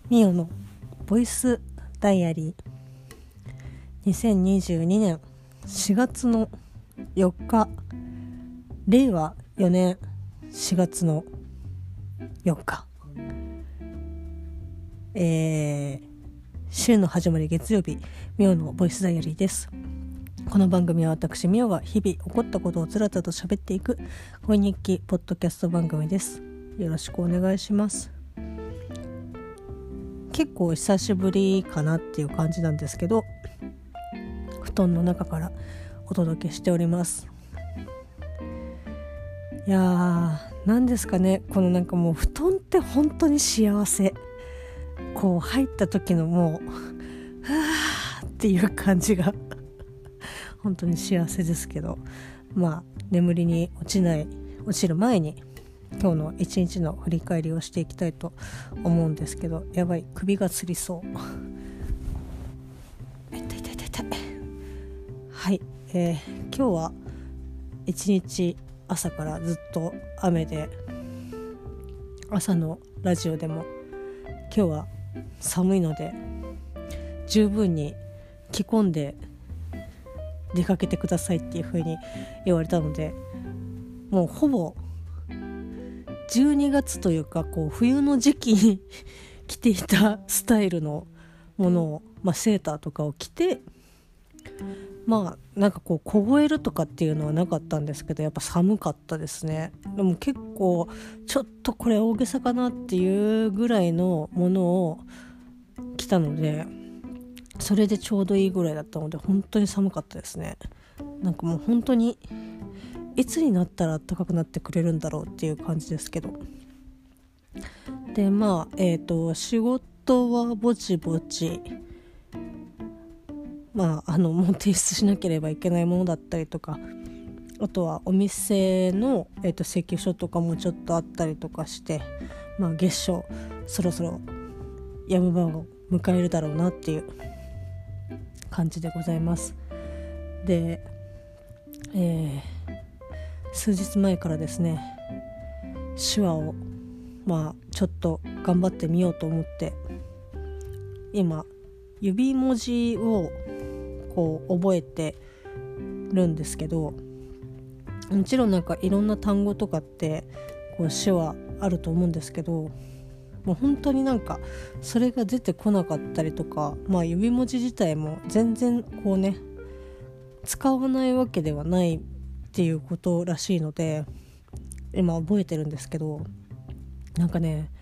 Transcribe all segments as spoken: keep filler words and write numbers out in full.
ミオのボイスダイアリーにせんにじゅうにねんしがつのよっか、れいわよねんしがつのよっか、えー、週の始まり月曜日、ミオのボイスダイアリーです。この番組は私ミオが日々起こったことをつらつらと喋っていく声日記ポッドキャスト番組です。よろしくお願いします。結構久しぶりかなっていう感じなんですけど、布団の中からお届けしております。いやー、何ですかね、このなんかもう布団って本当に幸せ。こう入った時のもうはーっていう感じが本当に幸せですけど、まあ眠りに落ちない落ちる前に今日の一日の振り返りをしていきたいと思うんですけど、やばい、首がつりそう。痛い痛い痛い痛い。はい、えー、今日は一日朝からずっと雨で、朝のラジオでも今日は寒いので十分に着込んで出かけてくださいっていう風に言われたので、もうほぼじゅうにがつというかこう冬の時期に着ていたスタイルのものを、まあ、セーターとかを着て、まあなんかこう凍えるとかっていうのはなかったんですけど、やっぱ寒かったですね。でも結構ちょっとこれ大げさかなっていうぐらいのものを着たので、それでちょうどいいぐらいだったので本当に寒かったですね。なんかもう本当にいつになったら暖かくなってくれるんだろうっていう感じですけど、でまあえっと仕事はぼちぼち、まああのもう提出しなければいけないものだったりとか、あとはお店の、えー、と請求書とかもちょっとあったりとかして、まあ月初そろそろやむ場を迎えるだろうなっていう感じでございます。で、えー数日前からですね、手話をまあちょっと頑張ってみようと思って、今指文字をこう覚えてるんですけど、もちろんなんかいろんな単語とかってこう手話あると思うんですけど、もう本当になんかそれが出てこなかったりとか、まあ指文字自体も全然こうね使わないわけではないっていうことらしいので、今覚えてるんですけど、なんかね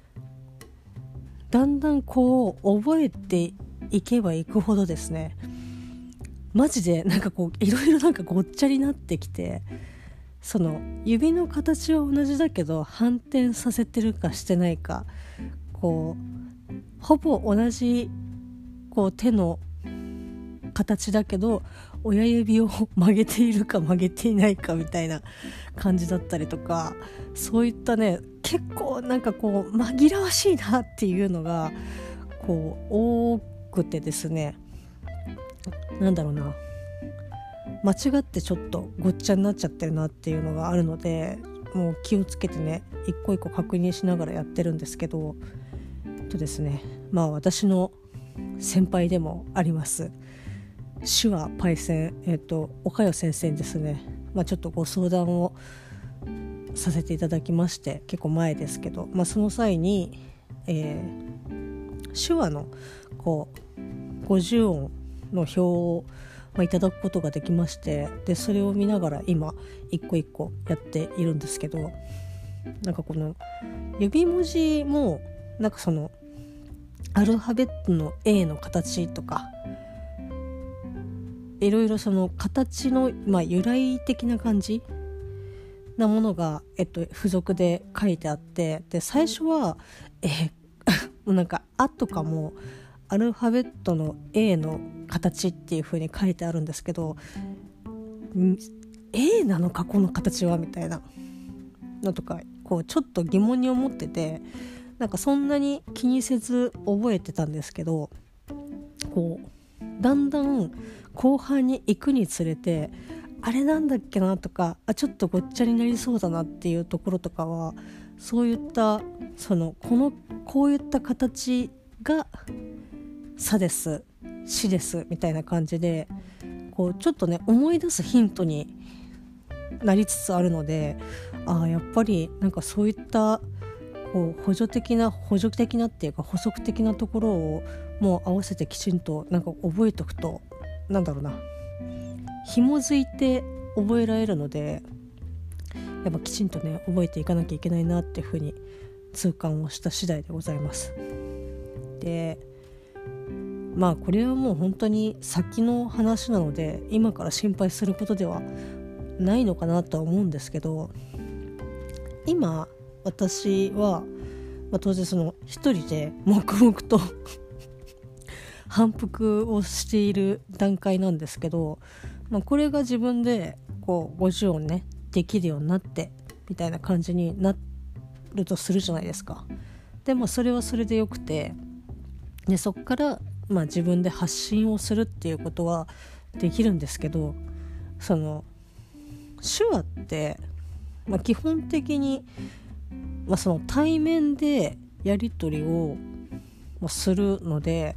だんだんこう覚えていけばいくほどですね、マジでなんかこういろいろなんかごっちゃになってきて、その指の形は同じだけど反転させてるかしてないか、こうほぼ同じこう手の形だけど親指を曲げているか曲げていないかみたいな感じだったりとか、そういったね結構なんかこう紛らわしいなっていうのがこう多くてですね、なんだろうな、間違ってちょっとごっちゃになっちゃってるなっていうのがあるので、もう気をつけてね一個一個確認しながらやってるんですけど、とですね、まあ私の先輩でもあります手話パイセン、えーと、岡代先生にですね、まあ、ちょっとご相談をさせていただきまして、結構前ですけど、まあ、その際に、えー、手話のこうごじゅうおんの表を、まあ、いただくことができまして、でそれを見ながら今一個一個やっているんですけど、なんかこの指文字もなんかそのアルファベットの A の形とかいろいろその形の、まあ、由来的な感じなものが、えっと、付属で書いてあって、で最初は、えー、なんかあとかもアルファベットの A の形っていう風に書いてあるんですけど、 A なのかこの形はみたいなのとかこうちょっと疑問に思ってて、なんかそんなに気にせず覚えてたんですけど、こうだんだん後半に行くにつれてあれなんだっけなとか、あちょっとごっちゃになりそうだなっていうところとかは、そういったそのこのこういった形がさですしですみたいな感じで、こうちょっとね思い出すヒントになりつつあるので、ああやっぱりなんかそういったこう補助的な補助的なっていうか補足的なところをもう合わせてきちんとなんか覚えておくと、なんだろうな、紐づいて覚えられるので、やっぱきちんとね覚えていかなきゃいけないなっていうふうに痛感をした次第でございます。でまあこれはもう本当に先の話なので今から心配することではないのかなとは思うんですけど、今私は、まあ、当然その一人で黙々と反復をしている段階なんですけど、まあ、これが自分でこうごじゅう音ねできるようになってみたいな感じになるとするじゃないですか。でもそれはそれでよくて、でそっからまあ自分で発信をするっていうことはできるんですけど、その手話って、まあ、基本的に、まあ、その対面でやり取りをするので、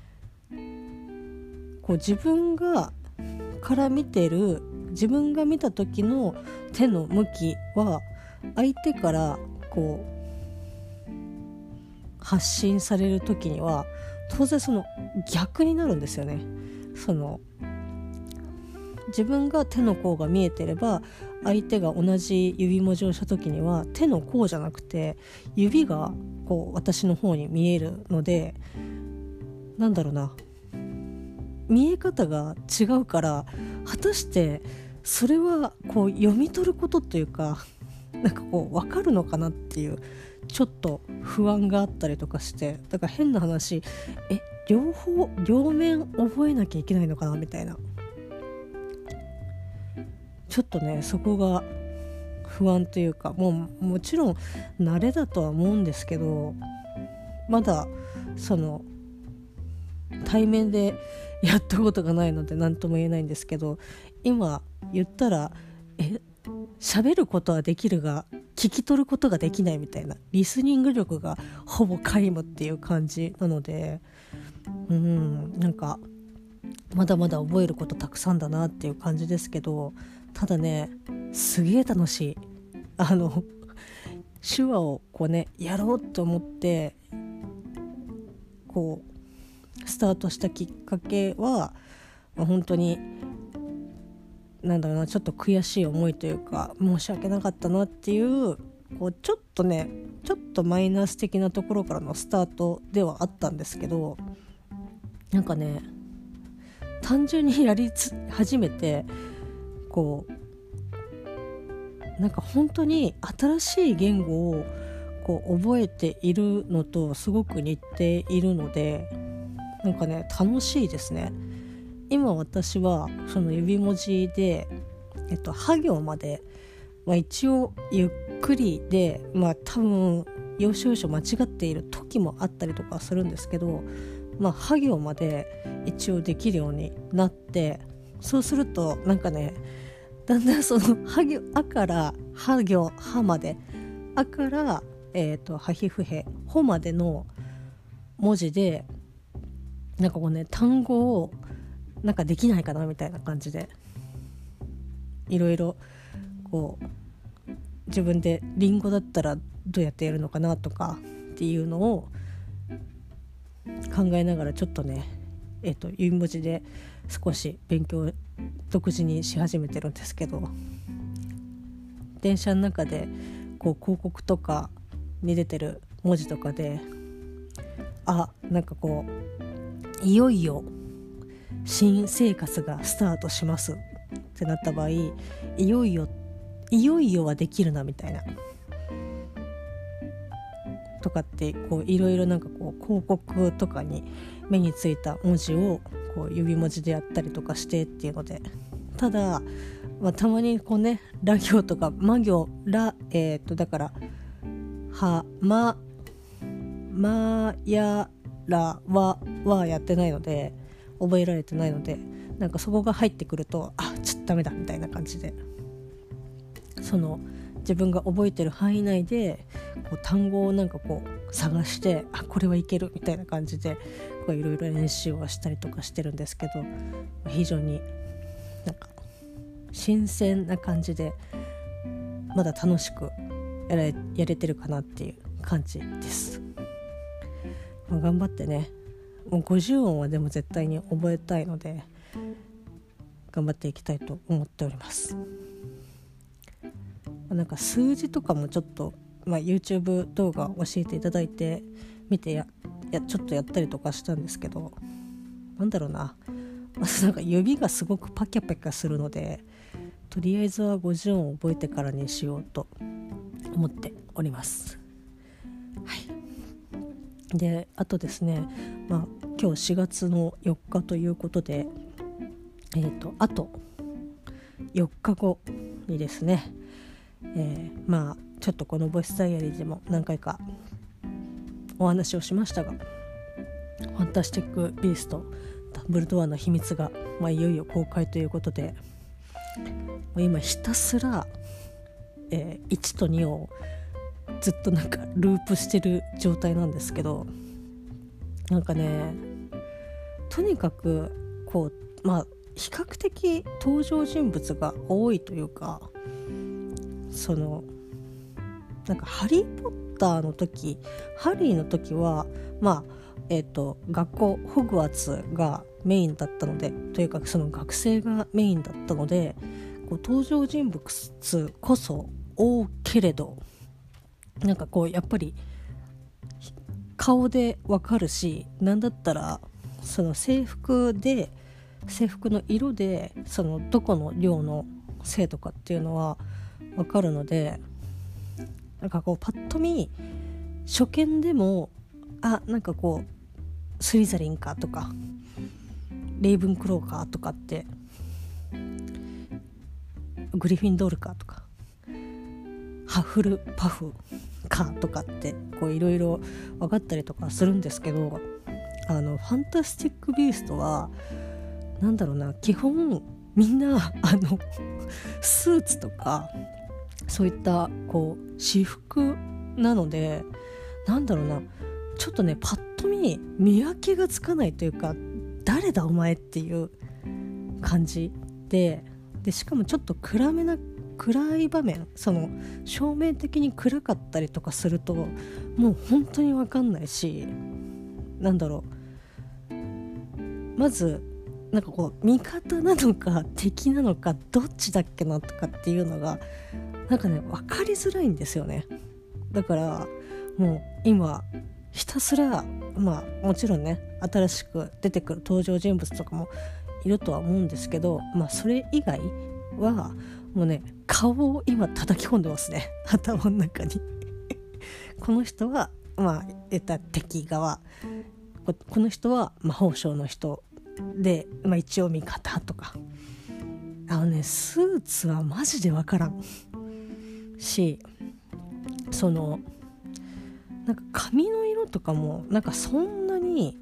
こう自分がから見てる自分が見た時の手の向きは相手からこう発信される時には当然その逆になるんですよね。その自分が手の甲が見えてれば相手が同じ指文字をした時には手の甲じゃなくて指がこう私の方に見えるので、なんだろうな、見え方が違うから、果たしてそれはこう読み取ることというか、なんかこう分かるのかなっていうちょっと不安があったりとかして、だから変な話、え両方両面覚えなきゃいけないのかなみたいな、ちょっとねそこが不安というか、もうもちろん慣れだとは思うんですけど、まだその対面でやったことがないので何とも言えないんですけど、今言ったらえ喋ることはできるが聞き取ることができないみたいな、リスニング力がほぼ皆無っていう感じなので、うんなんかまだまだ覚えることたくさんだなっていう感じですけど、ただねすげえ楽しい。あの手話をこうねやろうと思ってこうスタートしたきっかけは、まあ、本当になんだろうな、ちょっと悔しい思いというか申し訳なかったなっていう、こうちょっとねちょっとマイナス的なところからのスタートではあったんですけど、なんかね単純にやりつ始めてこうなんか本当に新しい言語をこう覚えているのとすごく似ているので、なんかね楽しいですね。今私はその指文字で、えっと、は行まで、まあ、一応ゆっくりで、まあ多分要所要所間違っている時もあったりとかするんですけど、まあは行まで一応できるようになって、そうするとなんかねだんだんそのは行あからは行はまで、あからえっとはひふへほまでの文字でなんかこうね単語をなんかできないかなみたいな感じでいろいろこう自分でリンゴだったらどうやってやるのかなとかっていうのを考えながらちょっとねえっと指文字で少し勉強独自にし始めてるんですけど、電車の中でこう広告とかに出てる文字とかで、あなんかこういよいよ新生活がスタートしますってなった場合、いよいよいよいよはできるなみたいなとかってこういろいろなんかこう広告とかに目についた文字をこう指文字でやったりとかしてっていうので、ただ、まあ、たまにこうねラ行とかマ行ラえー、っとだからはままやらわはやってないので覚えられてないので、なんかそこが入ってくるとあちょっとダメだみたいな感じで、その自分が覚えてる範囲内でこう単語をなんかこう探して、あこれはいけるみたいな感じでいろいろ練習はしたりとかしてるんですけど、非常になんか新鮮な感じでまだ楽しくやれ、やれてるかなっていう感じです。まあ、頑張ってね、もうごじゅう音はでも絶対に覚えたいので頑張っていきたいと思っております。なんか数字とかもちょっと、まあ、YouTube 動画教えていただいて見てややちょっとやったりとかしたんですけど、なんだろうな、まずなんか指がすごくパキャパキャするので、とりあえずはごじゅう音を覚えてからにしようと思っております。はい。で、あとですね、まあ、今日しがつのよっかということで、えーと、あとよっかごにですね、えー、まあちょっとこのボイスダイアリーでも何回かお話をしましたが、ファンタスティック・ビーストダンブルドアの秘密が、まあ、いよいよ公開ということで、今ひたすら、えー、いちとにをずっとなんかループしてる状態なんですけど、なんかね、とにかくこう、まあ比較的登場人物が多いというか、そのなんかハリー・ポッターの時、ハリーの時はまあえっと学校ホグワーツがメインだったので、というかその学生がメインだったので、こう登場人物こそ多けれど、なんかこうやっぱり顔でわかるし、なんだったらその制服で制服の色でそのどこの寮の生徒かっていうのはわかるので、なんかこうパッと見初見でも、あなんかこうスリザリンかとかレイブンクローかとかって、グリフィンドールかとかハッフルパフかとかってこういろいろ分かったりとかするんですけど、あのファンタスティック・ビーストはなんだろうな、基本みんなあのスーツとかそういったこう私服なので、なんだろうな、ちょっとねパッと見見分けがつかないというか、誰だお前っていう感じで、でしかもちょっと暗めな暗い場面、その照明的に暗かったりとかするともう本当に分かんないし、なんだろう、まずなんかこう味方なのか敵なのかどっちだっけなとかっていうのがなんかね分かりづらいんですよね。だからもう今ひたすら、まあもちろんね新しく出てくる登場人物とかもいるとは思うんですけど、まあそれ以外はもうね顔を今叩き込んでますね、頭の中にこの人はまあ言った敵側、こ, この人は魔法省の人で、まあ、一応味方とか、あのねスーツはマジで分からんし、そのなんか髪の色とかもなんかそんなに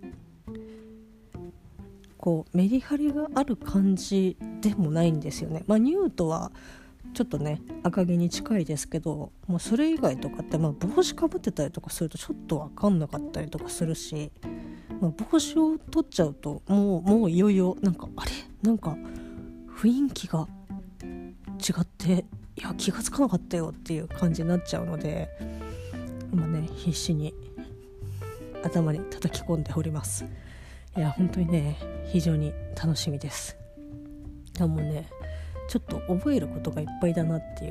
こうメリハリがある感じでもないんですよね。まあニュートはちょっとね赤毛に近いですけど、もうそれ以外とかってまあ帽子かぶってたりとかするとちょっと分かんなかったりとかするし、まあ、帽子を取っちゃうともうもういよいよなんかあれなんか雰囲気が違って、いや気がつかなかったよっていう感じになっちゃうので、今ね必死に頭に叩き込んでおります。いや本当にね非常に楽しみです。でもねちょっと覚えることがいっぱいだなっていう、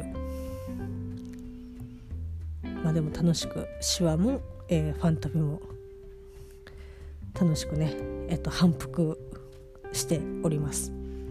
まあでも楽しく手話も、えー、ファンタビも楽しくね、えっと、反復しております。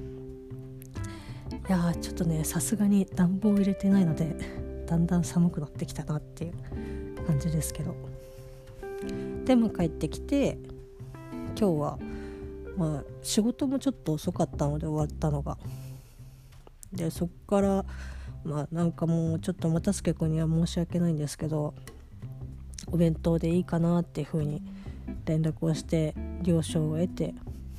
いやちょっとねさすがに暖房入れてないのでだんだん寒くなってきたなっていう感じですけど、でも帰ってきて今日はまあ仕事もちょっと遅かったので終わったのが、でそっからまあなんかもうちょっと又助君には申し訳ないんですけど、お弁当でいいかなっていう風に連絡をして了承を得て、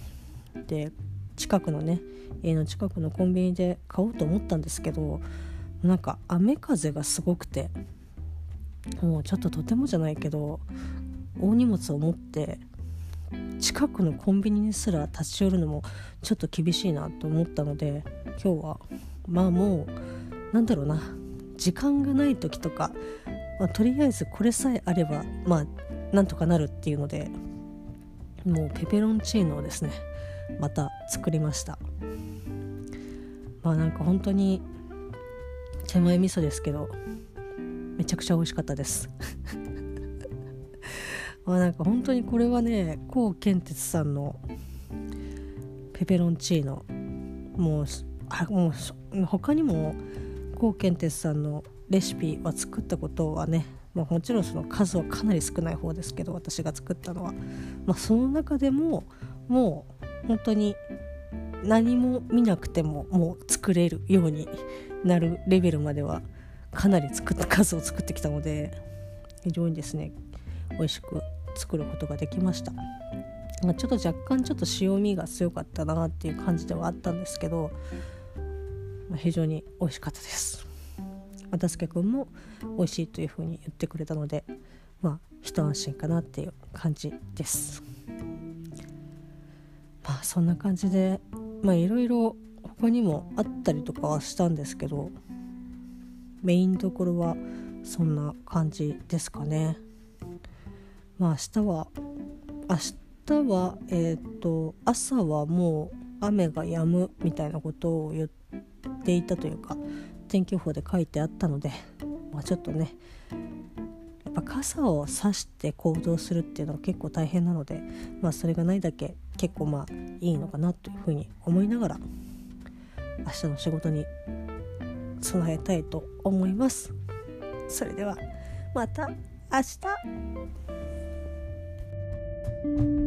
で近くのね家の近くのコンビニで買おうと思ったんですけど、 なんか雨風がすごくて、もうちょっととてもじゃないけど大荷物を持って近くのコンビニにすら立ち寄るのもちょっと厳しいなと思ったので、今日はまあもうなんだろうな、時間がない時とか、まあ、とりあえずこれさえあればまあなんとかなるっていうので、もうペペロンチーノをですねまた作りました。まあなんか本当に手前味噌ですけどめちゃくちゃ美味しかったですまあなんか本当にこれはね、高健鉄さんのペペロンチーノ、もうあもう他にも高健鉄さんのレシピは作ったことはね、まあ、もちろんその数はかなり少ない方ですけど、私が作ったのは、まあ、その中でももう本当に何も見なくてももう作れるようになるレベルまではかなり作った数を作ってきたので、非常にですね美味しく作ることができました。まあ、ちょっと若干ちょっと塩味が強かったなっていう感じではあったんですけど、まあ、非常に美味しかったです。渡助くんも美味しいというふうに言ってくれたので、まあ一安心かなっていう感じです。まあそんな感じで、まあいろいろ他にもあったりとかはしたんですけど、メインどころはそんな感じですかね。まあ明日は明日はえっと朝はもう雨が止むみたいなことを言っていたというか、天気予報で書いてあったので、まあ、ちょっとねやっぱ傘を差して行動するっていうのは結構大変なので、まあそれがないだけ結構まあいいのかなというふうに思いながら明日の仕事に備えたいと思います。それではまた明日。